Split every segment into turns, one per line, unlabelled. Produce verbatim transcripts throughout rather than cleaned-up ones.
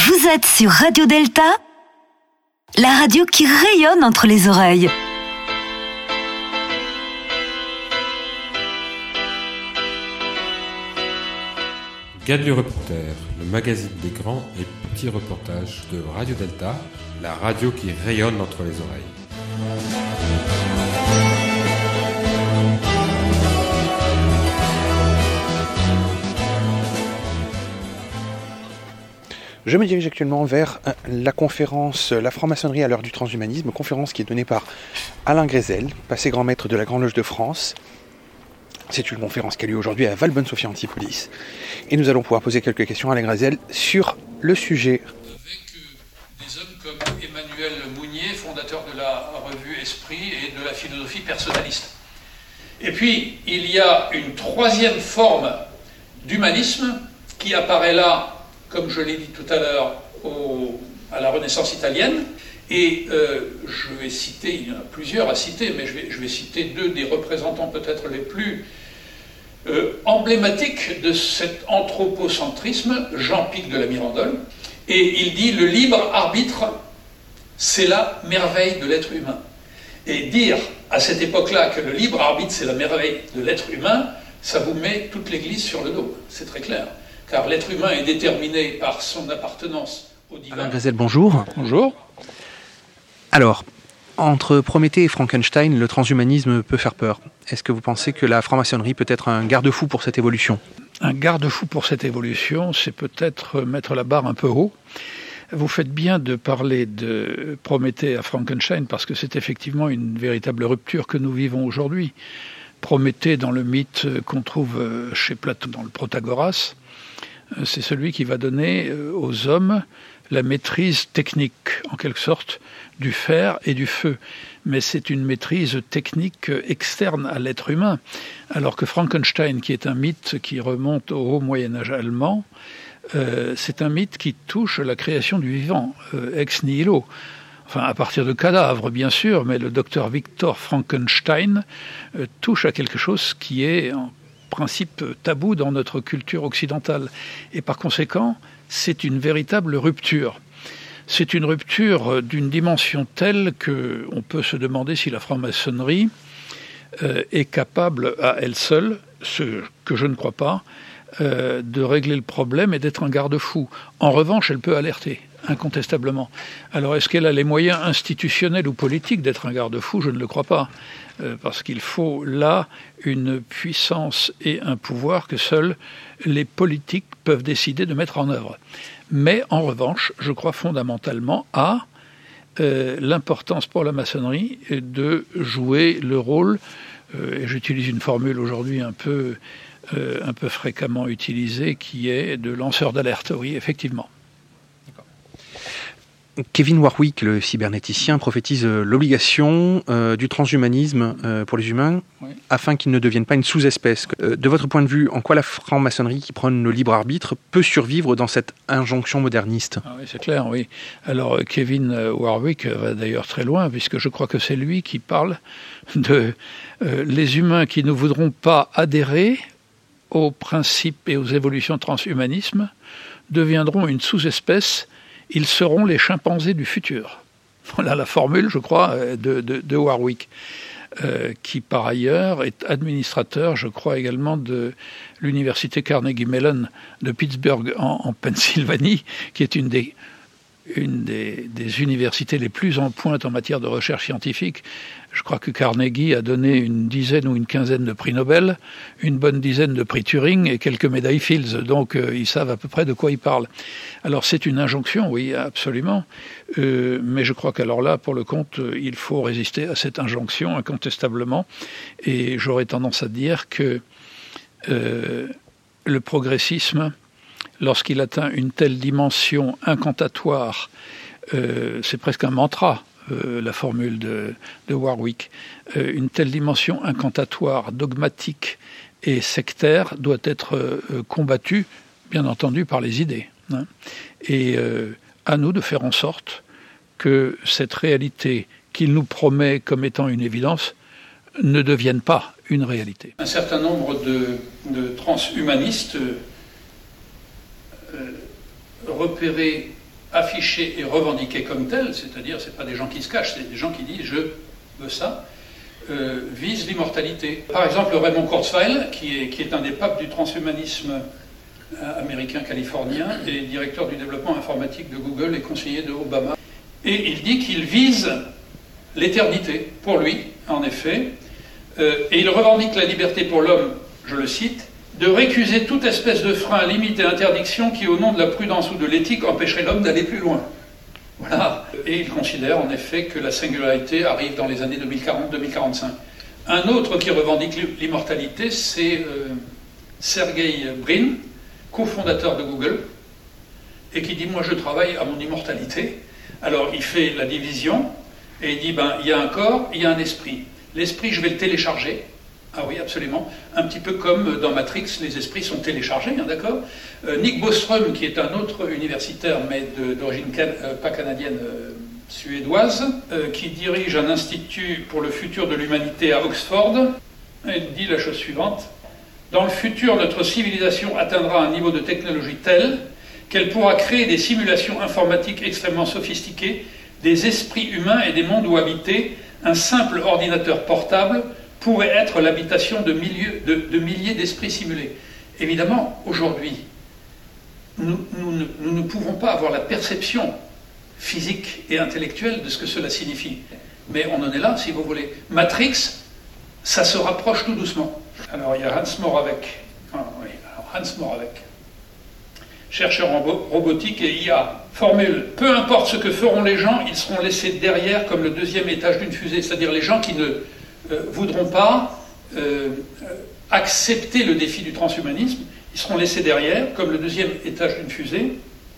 Vous êtes sur Radio Delta, la radio qui rayonne entre les oreilles.
Gadelu Reporter, le magazine des grands et petits reportages de Radio Delta, la radio qui rayonne entre les oreilles.
Je me dirige actuellement vers la conférence La franc-maçonnerie à l'heure du transhumanisme, conférence qui est donnée par Alain Grézel, passé grand maître de la Grande Loge de France. C'est une conférence qui a lieu aujourd'hui à Valbonne-Sophia Antipolis. Et nous allons pouvoir poser quelques questions à Alain Grézel sur le sujet.
Avec des hommes comme Emmanuel Mounier, fondateur de la revue Esprit et de la philosophie personnaliste. Et puis, il y a une troisième forme d'humanisme qui apparaît là, comme je l'ai dit tout à l'heure, au, à la Renaissance italienne. Et euh, je vais citer, il y en a plusieurs à citer, mais je vais, je vais citer deux des représentants peut-être les plus euh, emblématiques de cet anthropocentrisme, Jean Pic de la Mirandole. Et il dit « Le libre arbitre, c'est la merveille de l'être humain ». Et dire à cette époque-là que le libre arbitre, c'est la merveille de l'être humain, ça vous met toute l'Église sur le dos, c'est très clair. Car l'être humain est déterminé par son appartenance au divin.
Alain Grézel, bonjour.
Bonjour.
Alors, entre Prométhée et Frankenstein, le transhumanisme peut faire peur. Est-ce que vous pensez que la franc-maçonnerie peut être un garde-fou pour cette évolution ?
Un garde-fou pour cette évolution, c'est peut-être mettre la barre un peu haut. Vous faites bien de parler de Prométhée à Frankenstein parce que c'est effectivement une véritable rupture que nous vivons aujourd'hui. Prométhée, dans le mythe qu'on trouve chez Platon dans le Protagoras, c'est celui qui va donner aux hommes la maîtrise technique, en quelque sorte, du fer et du feu. Mais c'est une maîtrise technique externe à l'être humain. Alors que Frankenstein, qui est un mythe qui remonte au haut Moyen-Âge allemand, euh, c'est un mythe qui touche la création du vivant, euh, ex nihilo. Enfin, à partir de cadavres, bien sûr, mais le docteur Victor Frankenstein euh, touche à quelque chose qui est en principe tabou dans notre culture occidentale. Et par conséquent, c'est une véritable rupture. C'est une rupture d'une dimension telle qu'on peut se demander si la franc-maçonnerie euh, est capable à elle seule, ce que je ne crois pas, euh, de régler le problème et d'être un garde-fou. En revanche, elle peut alerter, incontestablement. Alors, est-ce qu'elle a les moyens institutionnels ou politiques d'être un garde-fou ? Je ne le crois pas. Euh, parce qu'il faut là une puissance et un pouvoir que seuls les politiques peuvent décider de mettre en œuvre. Mais en revanche, je crois fondamentalement à euh, l'importance pour la maçonnerie de jouer le rôle, euh, et j'utilise une formule aujourd'hui un peu, euh, un peu fréquemment utilisée, qui est de lanceur d'alerte. Oui, effectivement.
Kevin Warwick, le cybernéticien, prophétise l'obligation euh, du transhumanisme euh, pour les humains, oui, afin qu'ils ne deviennent pas une sous-espèce. Euh, de votre point de vue, en quoi la franc-maçonnerie, qui prône le libre arbitre, peut survivre dans cette injonction moderniste ?
Ah oui, c'est clair, oui. Alors Kevin Warwick va d'ailleurs très loin, puisque je crois que c'est lui qui parle de euh, les humains qui ne voudront pas adhérer aux principes et aux évolutions transhumanisme deviendront une sous-espèce. Ils seront les chimpanzés du futur. Voilà la formule, je crois, de, de, de Warwick, euh, qui par ailleurs est administrateur, je crois également, de l'université Carnegie Mellon de Pittsburgh en, en Pennsylvanie, qui est une des une des, des universités les plus en pointe en matière de recherche scientifique. Je crois que Carnegie a donné une dizaine ou une quinzaine de prix Nobel, une bonne dizaine de prix Turing et quelques médailles Fields. Donc euh, ils savent à peu près de quoi ils parlent. Alors c'est une injonction, oui, absolument. Euh, mais je crois qu'alors là, pour le compte, il faut résister à cette injonction incontestablement. Et j'aurais tendance à dire que euh, le progressisme, lorsqu'il atteint une telle dimension incantatoire, euh, c'est presque un mantra, euh, la formule de, de Warwick, euh, une telle dimension incantatoire, dogmatique et sectaire doit être euh, combattue, bien entendu, par les idées. Hein. Et euh, à nous de faire en sorte que cette réalité qu'il nous promet comme étant une évidence ne devienne pas une réalité. Un certain nombre de, de transhumanistes euh, repérés affichés et revendiqués comme tels, c'est-à-dire ce n'est pas des gens qui se cachent, c'est des gens qui disent « je veux ça », euh, visent l'immortalité. Par exemple, Raymond Kurzweil, qui est, qui est un des papes du transhumanisme américain californien et directeur du développement informatique de Google et conseiller de Obama. Et il dit qu'il vise l'éternité, pour lui, en effet, euh, et il revendique la liberté pour l'homme, je le cite, de récuser toute espèce de frein, limite et interdiction qui, au nom de la prudence ou de l'éthique, empêcherait l'homme d'aller plus loin. Voilà. Et il considère en effet que la singularité arrive dans les années deux mille quarante deux mille quarante-cinq. Un autre qui revendique l'immortalité, c'est euh, Sergey Brin, cofondateur de Google, et qui dit « moi je travaille à mon immortalité ». Alors il fait la division, et il dit ben, « il y a un corps, il y a un esprit. L'esprit, je vais le télécharger. » Ah oui, absolument. Un petit peu comme dans Matrix, les esprits sont téléchargés, hein, d'accord euh, Nick Bostrom, qui est un autre universitaire, mais d'origine can euh, pas canadienne, euh, suédoise, euh, qui dirige un institut pour le futur de l'humanité à Oxford, il dit la chose suivante. Dans le futur, notre civilisation atteindra un niveau de technologie tel qu'elle pourra créer des simulations informatiques extrêmement sophistiquées, des esprits humains et des mondes où habiter un simple ordinateur portable pourrait être l'habitation de, de, de milliers d'esprits simulés. Évidemment, aujourd'hui, nous, nous, nous, nous ne pouvons pas avoir la perception physique et intellectuelle de ce que cela signifie. Mais on en est là, si vous voulez. Matrix, ça se rapproche tout doucement. Alors, il y a Hans Moravec. Ah, oui, alors Hans Moravec, chercheur en robotique et I A, formule « Peu importe ce que feront les gens, ils seront laissés derrière comme le deuxième étage d'une fusée. » C'est-à-dire les gens qui ne euh, voudront pas euh, accepter le défi du transhumanisme, ils seront laissés derrière comme le deuxième étage d'une fusée.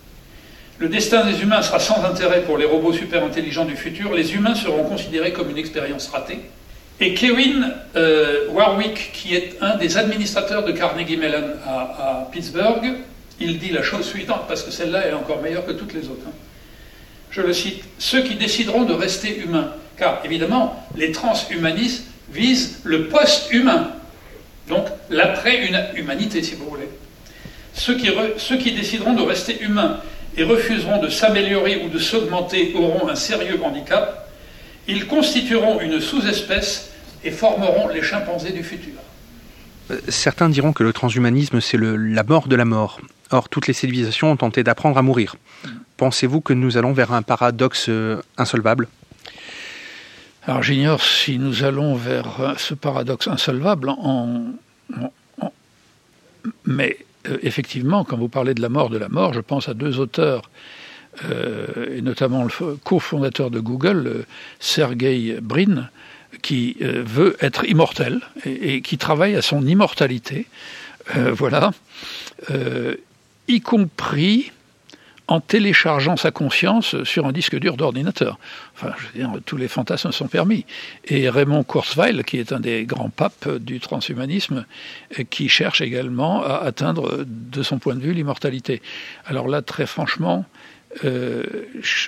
Le destin des humains sera sans intérêt pour les robots super intelligents du futur. Les humains seront considérés comme une expérience ratée. Et Kevin euh, Warwick, qui est un des administrateurs de Carnegie Mellon à, à Pittsburgh, il dit la chose suivante, parce que celle-là est encore meilleure que toutes les autres. Hein. Je le cite, « Ceux qui décideront de rester humains, car évidemment, les transhumanistes visent le post-humain, donc l'après-humanité, si vous voulez. Ceux qui, re, ceux qui décideront de rester humains et refuseront de s'améliorer ou de s'augmenter auront un sérieux handicap. Ils constitueront une sous-espèce et formeront les chimpanzés du futur. »
Certains diront que le transhumanisme, c'est le, la mort de la mort. Or, toutes les civilisations ont tenté d'apprendre à mourir. Mmh. Pensez-vous que nous allons vers un paradoxe euh, insolvable ?
Alors, j'ignore si nous allons vers ce paradoxe insolvable, en, en, en, mais euh, effectivement, quand vous parlez de la mort de la mort, je pense à deux auteurs, euh, et notamment le cofondateur de Google, euh, Sergey Brin, qui euh, veut être immortel et, et qui travaille à son immortalité, euh, voilà, euh, y compris en téléchargeant sa conscience sur un disque dur d'ordinateur. Enfin, je veux dire, tous les fantasmes sont permis. Et Raymond Kurzweil, qui est un des grands papes du transhumanisme, qui cherche également à atteindre, de son point de vue, l'immortalité. Alors là, très franchement, euh, je...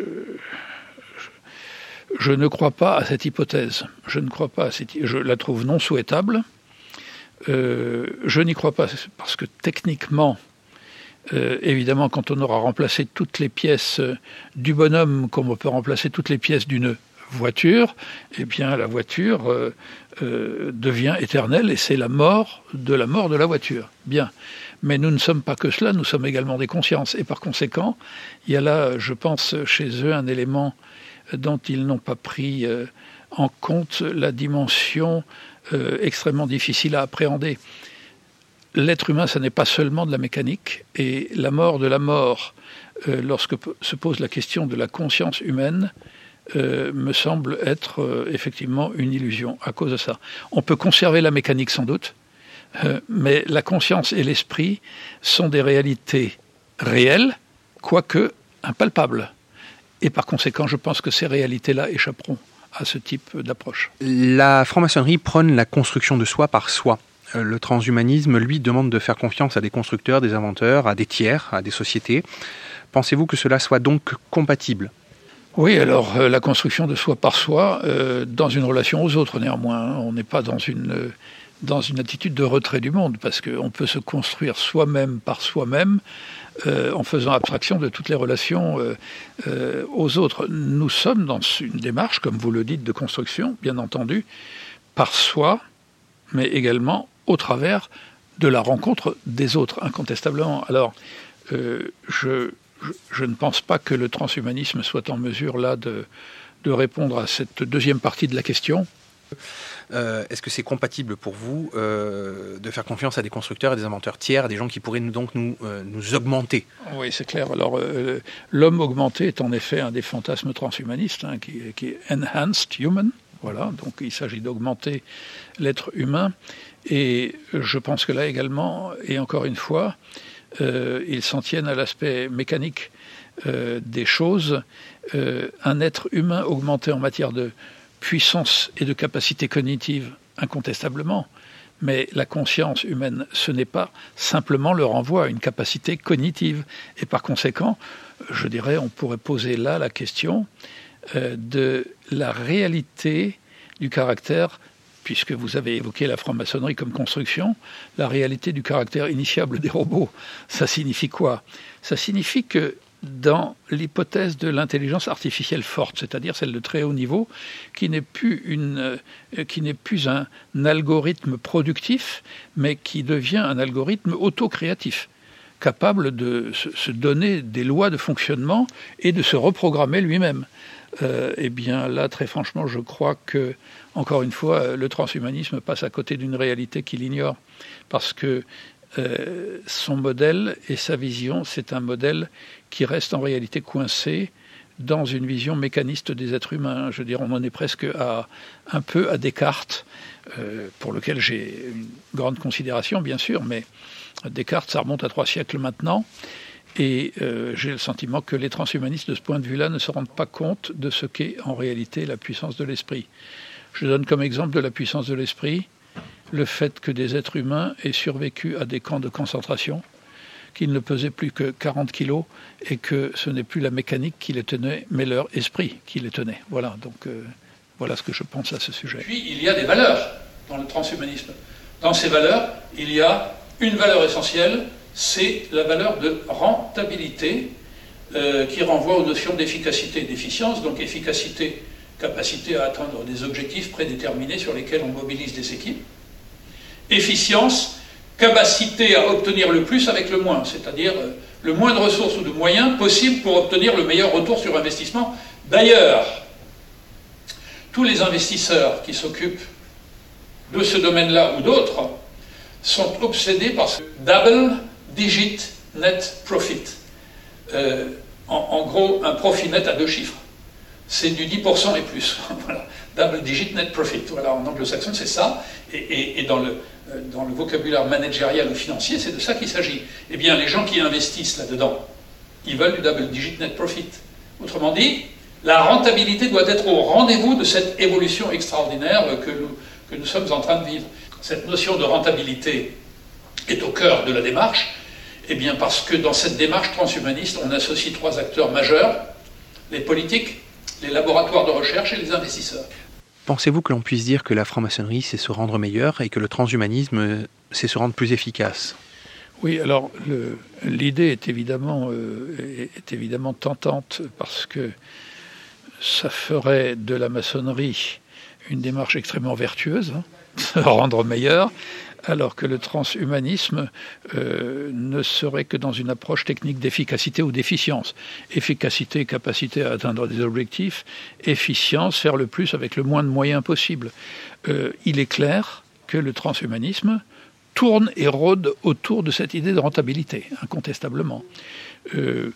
Je ne crois pas à cette hypothèse. Je ne crois pas à cette... Je la trouve non souhaitable. Euh, je n'y crois pas parce que techniquement, euh, évidemment, quand on aura remplacé toutes les pièces du bonhomme, comme on peut remplacer toutes les pièces d'une voiture, eh bien, la voiture euh, euh, devient éternelle et c'est la mort de la mort de la voiture. Bien. Mais nous ne sommes pas que cela, nous sommes également des consciences. Et par conséquent, il y a là, je pense, chez eux, un élément dont ils n'ont pas pris euh, en compte la dimension euh, extrêmement difficile à appréhender. L'être humain, ce n'est pas seulement de la mécanique, et la mort de la mort, euh, lorsque se pose la question de la conscience humaine, euh, me semble être euh, effectivement une illusion à cause de ça. On peut conserver la mécanique sans doute, euh, mais la conscience et l'esprit sont des réalités réelles, quoique impalpables. Et par conséquent, je pense que ces réalités-là échapperont à ce type d'approche.
La franc-maçonnerie prône la construction de soi par soi. Le transhumanisme, lui, demande de faire confiance à des constructeurs, des inventeurs, à des tiers, à des sociétés. Pensez-vous que cela soit donc compatible ?
Oui, alors euh, la construction de soi par soi, euh, dans une relation aux autres néanmoins. Hein. On n'est pas dans une euh, dans une attitude de retrait du monde, parce qu'on peut se construire soi-même par soi-même euh, en faisant abstraction de toutes les relations euh, euh, aux autres. Nous sommes dans une démarche, comme vous le dites, de construction, bien entendu, par soi, mais également au travers de la rencontre des autres, incontestablement. Alors, euh, je, je, je ne pense pas que le transhumanisme soit en mesure, là, de, de répondre à cette deuxième partie de la question.
Euh, est-ce que c'est compatible pour vous euh, de faire confiance à des constructeurs et des inventeurs tiers, à des gens qui pourraient nous, donc nous, euh, nous augmenter?
Oui, c'est clair. Alors, euh, l'homme augmenté est en effet un des fantasmes transhumanistes, hein, qui, qui est enhanced human. Voilà, donc il s'agit d'augmenter l'être humain. Et je pense que là également, et encore une fois, euh, ils s'en tiennent à l'aspect mécanique euh, des choses. Euh, un être humain augmenté en matière de puissance et de capacité cognitive, incontestablement. Mais la conscience humaine, ce n'est pas simplement le renvoi à une capacité cognitive. Et par conséquent, je dirais, on pourrait poser là la question euh, de la réalité du caractère, puisque vous avez évoqué la franc-maçonnerie comme construction, la réalité du caractère initiable des robots. Ça signifie quoi? Ça signifie que dans l'hypothèse de l'intelligence artificielle forte, c'est-à-dire celle de très haut niveau, qui n'est plus, une, euh, qui n'est plus un, un algorithme productif, mais qui devient un algorithme auto-créatif, capable de se, se donner des lois de fonctionnement et de se reprogrammer lui-même. Euh, eh bien là, très franchement, je crois que, encore une fois, le transhumanisme passe à côté d'une réalité qu'il ignore, parce que euh, son modèle et sa vision, c'est un modèle qui reste en réalité coincé dans une vision mécaniste des êtres humains. Je veux dire, on en est presque à, un peu à Descartes, euh, pour lequel j'ai une grande considération, bien sûr, mais Descartes, ça remonte à trois siècles maintenant. Et euh, j'ai le sentiment que les transhumanistes, de ce point de vue-là, ne se rendent pas compte de ce qu'est en réalité la puissance de l'esprit. Je donne comme exemple de la puissance de l'esprit le fait que des êtres humains aient survécu à des camps de concentration, qu'ils ne pesaient plus que quarante kilos, et que ce n'est plus la mécanique qui les tenait, mais leur esprit qui les tenait. Voilà, donc euh, voilà ce que je pense à ce sujet. Puis il y a des valeurs dans le transhumanisme. Dans ces valeurs, il y a une valeur essentielle, c'est la valeur de rentabilité euh, qui renvoie aux notions d'efficacité et d'efficience. Donc efficacité, capacité à atteindre des objectifs prédéterminés sur lesquels on mobilise des équipes. Efficience, capacité à obtenir le plus avec le moins, c'est-à-dire euh, le moins de ressources ou de moyens possibles pour obtenir le meilleur retour sur investissement. D'ailleurs, tous les investisseurs qui s'occupent de ce domaine-là ou d'autres sont obsédés par ce double digit net profit. Euh, en, en gros, un profit net à deux chiffres. C'est du dix pour cent et plus. Voilà. Double digit net profit. Voilà, en anglo-saxon, c'est ça. Et, et, et dans, le, dans le vocabulaire managérial ou financier, c'est de ça qu'il s'agit. Eh bien, les gens qui investissent là-dedans, ils veulent du double digit net profit. Autrement dit, la rentabilité doit être au rendez-vous de cette évolution extraordinaire que nous, que nous sommes en train de vivre. Cette notion de rentabilité est au cœur de la démarche, eh bien parce que dans cette démarche transhumaniste, on associe trois acteurs majeurs, les politiques, les laboratoires de recherche et les investisseurs.
Pensez-vous que l'on puisse dire que la franc-maçonnerie, c'est se rendre meilleur et que le transhumanisme, c'est se rendre plus efficace?
Oui, alors le, l'idée est évidemment, euh, est évidemment tentante parce que ça ferait de la maçonnerie une démarche extrêmement vertueuse, hein, se rendre meilleur, alors que le transhumanisme euh, ne serait que dans une approche technique d'efficacité ou d'efficience. Efficacité, capacité à atteindre des objectifs, efficience, faire le plus avec le moins de moyens possible. Euh, il est clair que le transhumanisme tourne et rôde autour de cette idée de rentabilité, incontestablement. Euh,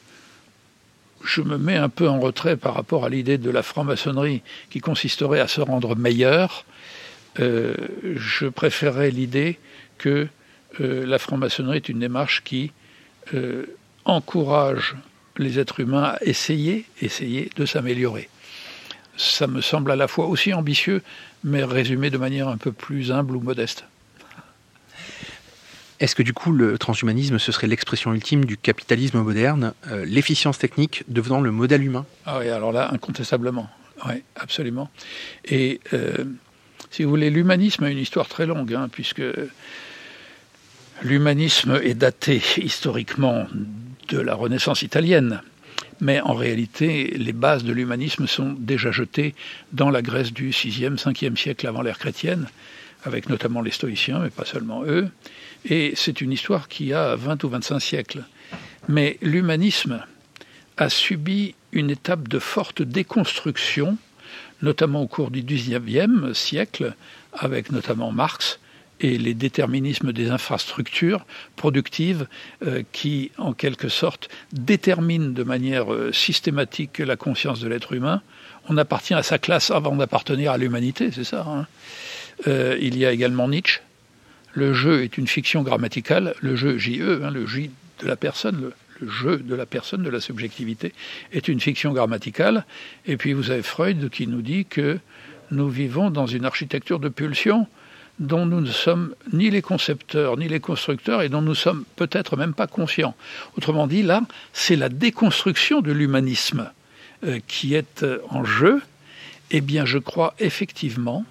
je me mets un peu en retrait par rapport à l'idée de la franc-maçonnerie qui consisterait à se rendre meilleur. Euh, je préférerais l'idée que euh, la franc-maçonnerie est une démarche qui euh, encourage les êtres humains à essayer, essayer de s'améliorer. Ça me semble à la fois aussi ambitieux, mais résumé de manière un peu plus humble ou modeste.
Est-ce que du coup le transhumanisme, ce serait l'expression ultime du capitalisme moderne, euh, l'efficience technique devenant le modèle humain?
Ah oui, alors là, incontestablement. Oui, absolument. Et euh, Si vous voulez, l'humanisme a une histoire très longue, hein, puisque l'humanisme est daté historiquement de la Renaissance italienne. Mais en réalité, les bases de l'humanisme sont déjà jetées dans la Grèce du sixième, cinquième siècle avant l'ère chrétienne, avec notamment les stoïciens, mais pas seulement eux. Et c'est une histoire qui a vingt ou vingt-cinq siècles. Mais l'humanisme a subi une étape de forte déconstruction, notamment au cours du dix-neuvième siècle, avec notamment Marx, et les déterminismes des infrastructures productives euh, qui, en quelque sorte, déterminent de manière euh, systématique la conscience de l'être humain. On appartient à sa classe avant d'appartenir à l'humanité, c'est ça. Hein. Euh, il y a également Nietzsche. Le jeu est une fiction grammaticale, le jeu J E, hein, le J de la personne, le, le jeu de la personne, de la subjectivité, est une fiction grammaticale. Et puis vous avez Freud qui nous dit que nous vivons dans une architecture de pulsion dont nous ne sommes ni les concepteurs, ni les constructeurs, et dont nous ne sommes peut-être même pas conscients. Autrement dit, là, c'est la déconstruction de l'humanisme euh, qui est euh, en jeu. Eh bien, je crois effectivement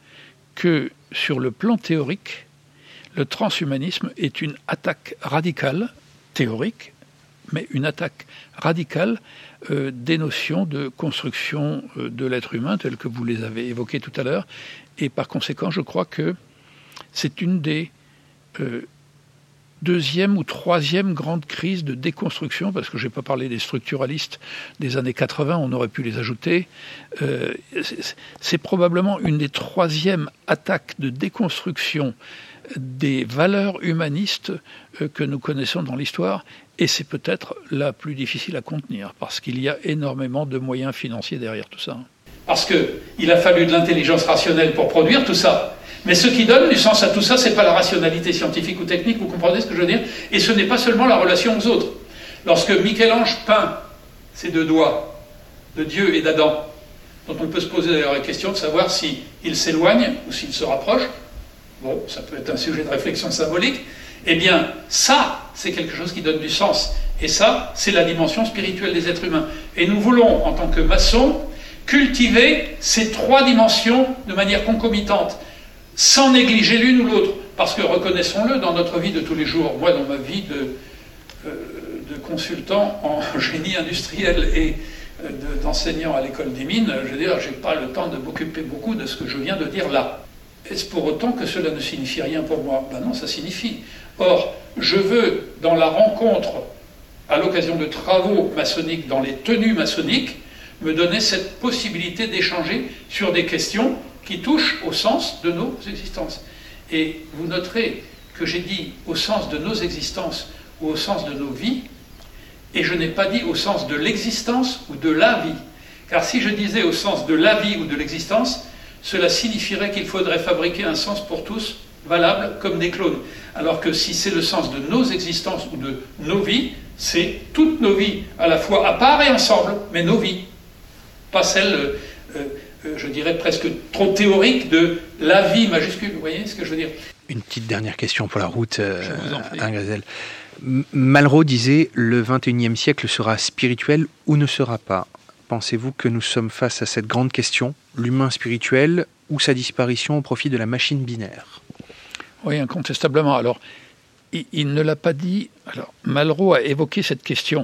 que, sur le plan théorique, le transhumanisme est une attaque radicale, théorique, mais une attaque radicale euh, des notions de construction euh, de l'être humain, telles que vous les avez évoquées tout à l'heure. Et par conséquent, je crois que c'est une des euh, deuxième ou troisième grandes crises de déconstruction, parce que je n'ai pas parlé des structuralistes des années quatre-vingts, on aurait pu les ajouter. Euh, c'est, c'est probablement une des troisièmes attaques de déconstruction des valeurs humanistes euh, que nous connaissons dans l'histoire, et c'est peut-être la plus difficile à contenir, parce qu'il y a énormément de moyens financiers derrière tout ça.
Parce qu'il a fallu de l'intelligence rationnelle pour produire tout ça. Mais ce qui donne du sens à tout ça, c'est pas la rationalité scientifique ou technique, vous comprenez ce que je veux dire? Et ce n'est pas seulement la relation aux autres. Lorsque Michel-Ange peint ces deux doigts de Dieu et d'Adam, dont on peut se poser d'ailleurs la question de savoir s'ils s'éloignent ou s'ils se rapprochent, bon, ça peut être un sujet de réflexion symbolique, eh bien, ça, c'est quelque chose qui donne du sens. Et ça, c'est la dimension spirituelle des êtres humains. Et nous voulons, en tant que maçons, cultiver ces trois dimensions de manière concomitante, sans négliger l'une ou l'autre. Parce que, reconnaissons-le, dans notre vie de tous les jours, moi, dans ma vie de, euh, de consultant en génie industriel et euh, de, d'enseignant à l'école des mines, je veux dire, je n'ai pas le temps de m'occuper beaucoup de ce que je viens de dire là. Est-ce pour autant que cela ne signifie rien pour moi? Ben non, ça signifie. Or, je veux, dans la rencontre, à l'occasion de travaux maçonniques, dans les tenues maçonniques, me donner cette possibilité d'échanger sur des questions qui touchent au sens de nos existences. Et vous noterez que j'ai dit au sens de nos existences ou au sens de nos vies, et je n'ai pas dit au sens de l'existence ou de la vie. Car si je disais au sens de la vie ou de l'existence, cela signifierait qu'il faudrait fabriquer un sens pour tous, valable comme des clones. Alors que si c'est le sens de nos existences ou de nos vies, c'est toutes nos vies, à la fois à part et ensemble, mais nos vies. Pas celle, euh, euh, je dirais presque trop théorique de la vie majuscule. Vous voyez ce que je veux dire?
Une petite dernière question pour la route, euh, Alain Grézel. Malraux disait « Le vingt et unième siècle sera spirituel ou ne sera pas ». Pensez-vous que nous sommes face à cette grande question, l'humain spirituel ou sa disparition au profit de la machine binaire?
Oui, incontestablement. Alors, il, il ne l'a pas dit. Alors, Malraux a évoqué cette question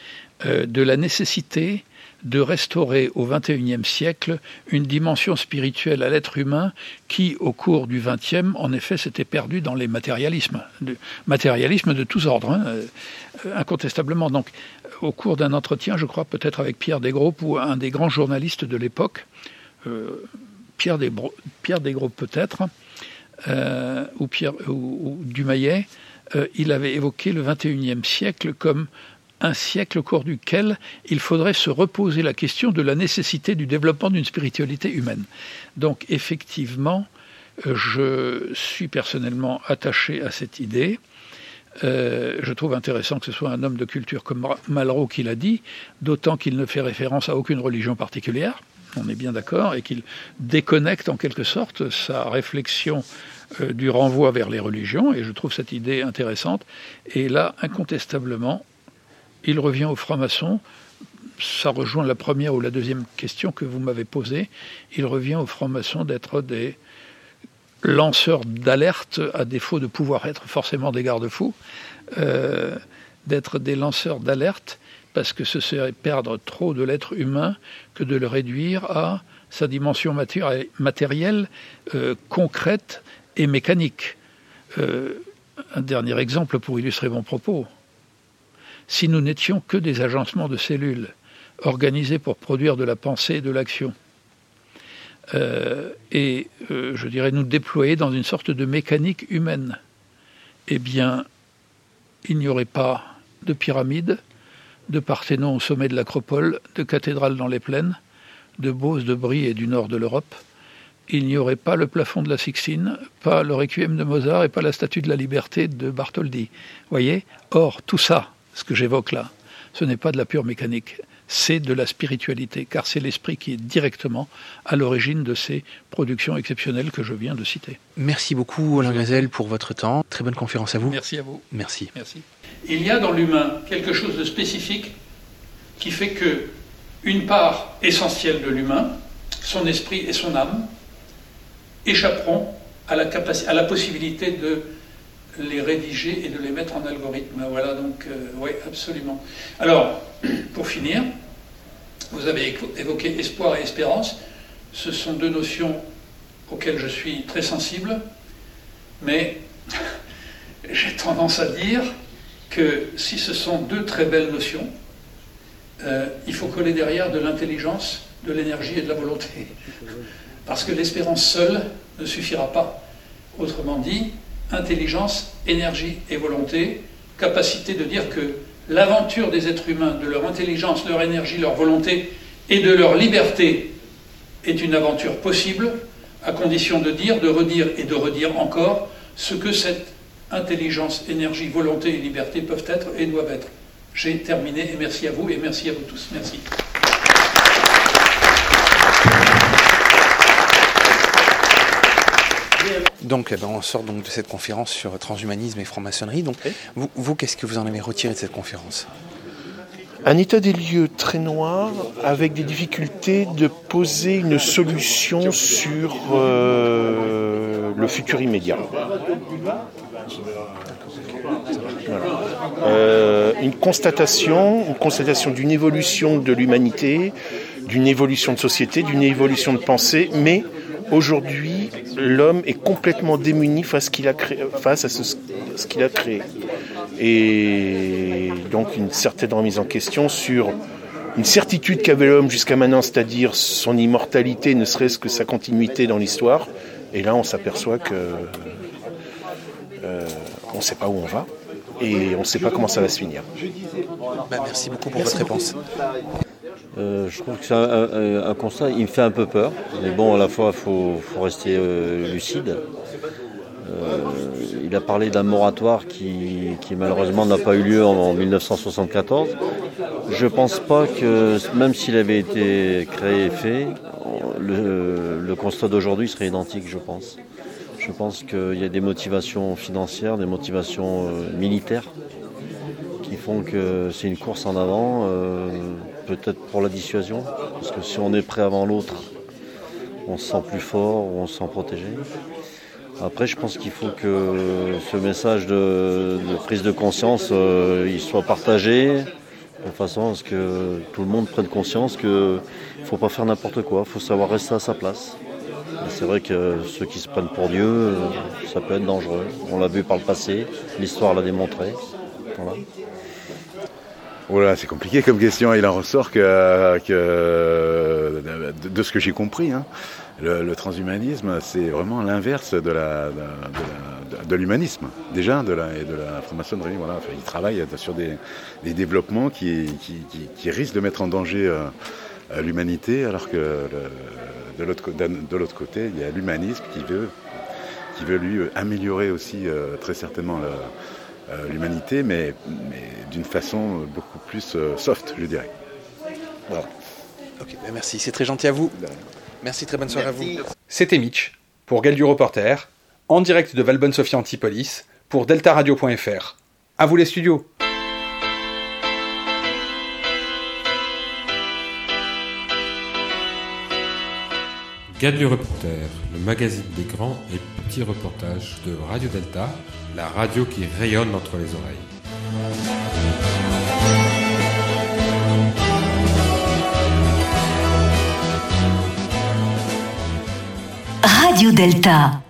euh, de la nécessité de restaurer au vingt et unième siècle une dimension spirituelle à l'être humain qui, au cours du vingtième, en effet, s'était perdu dans les matérialismes, de, matérialisme de tous ordres, hein, euh, incontestablement. Donc, au cours d'un entretien, je crois peut-être avec Pierre Desgroupes ou un des grands journalistes de l'époque, euh, Pierre, Desbro- Pierre Desgroupes peut-être, euh, ou, Pierre, ou, ou Dumayet, euh, il avait évoqué le vingt et unième siècle comme un siècle au cours duquel il faudrait se reposer la question de la nécessité du développement d'une spiritualité humaine. Donc effectivement, je suis personnellement attaché à cette idée. Euh, je trouve intéressant que ce soit un homme de culture comme Malraux qui l'a dit, d'autant qu'il ne fait référence à aucune religion particulière, on est bien d'accord, et qu'il déconnecte en quelque sorte sa réflexion euh, du renvoi vers les religions, et je trouve cette idée intéressante. Et là, incontestablement, il revient aux francs-maçons ça rejoint la première ou la deuxième question que vous m'avez posée. Il revient aux francs-maçons d'être des lanceurs d'alerte, à défaut de pouvoir être forcément des garde-fous, euh, d'être des lanceurs d'alerte, parce que ce serait perdre trop de l'être humain que de le réduire à sa dimension matéri- matérielle, euh, concrète et mécanique. Euh, un dernier exemple pour illustrer mon propos. Si nous n'étions que des agencements de cellules organisés pour produire de la pensée et de l'action, euh, et euh, je dirais nous déployer dans une sorte de mécanique humaine, eh bien, il n'y aurait pas de pyramide, de Parthénon au sommet de l'Acropole, de cathédrale dans les plaines, de Beauce, de Brie et du nord de l'Europe. Il n'y aurait pas le plafond de la Sixtine, pas le Requiem de Mozart et pas la Statue de la Liberté de Bartholdi. Voyez ? Or, tout ça, ce que j'évoque là, ce n'est pas de la pure mécanique, c'est de la spiritualité, car c'est l'esprit qui est directement à l'origine de ces productions exceptionnelles que je viens de citer.
Merci beaucoup Alain Grézel pour votre temps. Très bonne conférence à vous.
Merci à vous.
Merci.
Merci.
Il y a dans l'humain quelque chose de spécifique qui fait que une part essentielle de l'humain, son esprit et son âme, échapperont à la, capaci- à la possibilité de les rédiger et de les mettre en algorithme. Voilà, donc, euh, oui, absolument. Alors, pour finir, vous avez évoqué espoir et espérance. Ce sont deux notions auxquelles je suis très sensible, mais j'ai tendance à dire que si ce sont deux très belles notions, euh, il faut coller derrière de l'intelligence, de l'énergie et de la volonté. Parce que l'espérance seule ne suffira pas. Autrement dit, intelligence, énergie et volonté, capacité de dire que l'aventure des êtres humains, de leur intelligence, leur énergie, leur volonté et de leur liberté est une aventure possible, à condition de dire, de redire et de redire encore ce que cette intelligence, énergie, volonté et liberté peuvent être et doivent être. J'ai terminé et merci à vous et merci à vous tous. Merci.
Donc, eh ben, on sort donc de cette conférence sur transhumanisme et franc-maçonnerie. Donc, vous, vous, qu'est-ce que vous en avez retiré de cette conférence ?
Un état des lieux très noir, avec des difficultés de poser une solution sur euh, le futur immédiat. Voilà. Euh, une constatation, une constatation d'une évolution de l'humanité, d'une évolution de société, d'une évolution de pensée, mais aujourd'hui, l'homme est complètement démuni face, qu'il a créé, face à ce, ce qu'il a créé. Et donc une certaine remise en question sur une certitude qu'avait l'homme jusqu'à maintenant, c'est-à-dire son immortalité, ne serait-ce que sa continuité dans l'histoire. Et là, on s'aperçoit que euh, on ne sait pas où on va et on ne sait pas comment ça va se finir.
Bah, merci beaucoup pour merci votre beaucoup. réponse.
Euh, je trouve que c'est un, un, un constat, il me fait un peu peur, mais bon, à la fois, il faut, faut rester euh, lucide. Euh, il a parlé d'un moratoire qui, qui malheureusement n'a pas eu lieu en, en dix-neuf cent soixante-quatorze. Je ne pense pas que, même s'il avait été créé et fait, le, le constat d'aujourd'hui serait identique, je pense. Je pense qu'il y a des motivations financières, des motivations euh, militaires qui font que c'est une course en avant, euh, peut-être pour la dissuasion, parce que si on est prêt avant l'autre, on se sent plus fort, on se sent protégé. Après, je pense qu'il faut que ce message de, de prise de conscience, euh, il soit partagé de façon à ce que tout le monde prenne conscience qu'il ne faut pas faire n'importe quoi, il faut savoir rester à sa place. Et c'est vrai que ceux qui se prennent pour Dieu, euh, ça peut être dangereux. On l'a vu par le passé, l'histoire l'a démontré. Voilà.
Voilà, c'est compliqué comme question. Il en ressort que, que de, de ce que j'ai compris, hein, le, le transhumanisme, c'est vraiment l'inverse de, la, de, de, la, de l'humanisme, déjà, de la, et de la franc-maçonnerie. Voilà. Enfin, il travaille sur des, des développements qui, qui, qui, qui risquent de mettre en danger euh, l'humanité, alors que le, de, l'autre, de l'autre côté, il y a l'humanisme qui veut, qui veut lui améliorer aussi euh, très certainement le, Euh, l'humanité, mais, mais d'une façon beaucoup plus euh, soft, je dirais.
Voilà. Ok, ben merci, c'est très gentil à vous. Merci, très bonne soirée merci. à vous. C'était Mitch, pour Gueule du Reporter, en direct de Valbonne-Sophia Antipolis, pour delta radio point f r. À vous les studios.
Gadelu Reporter, le magazine des grands et petits reportages de Radio Delta, la radio qui rayonne entre les oreilles.
Radio Delta.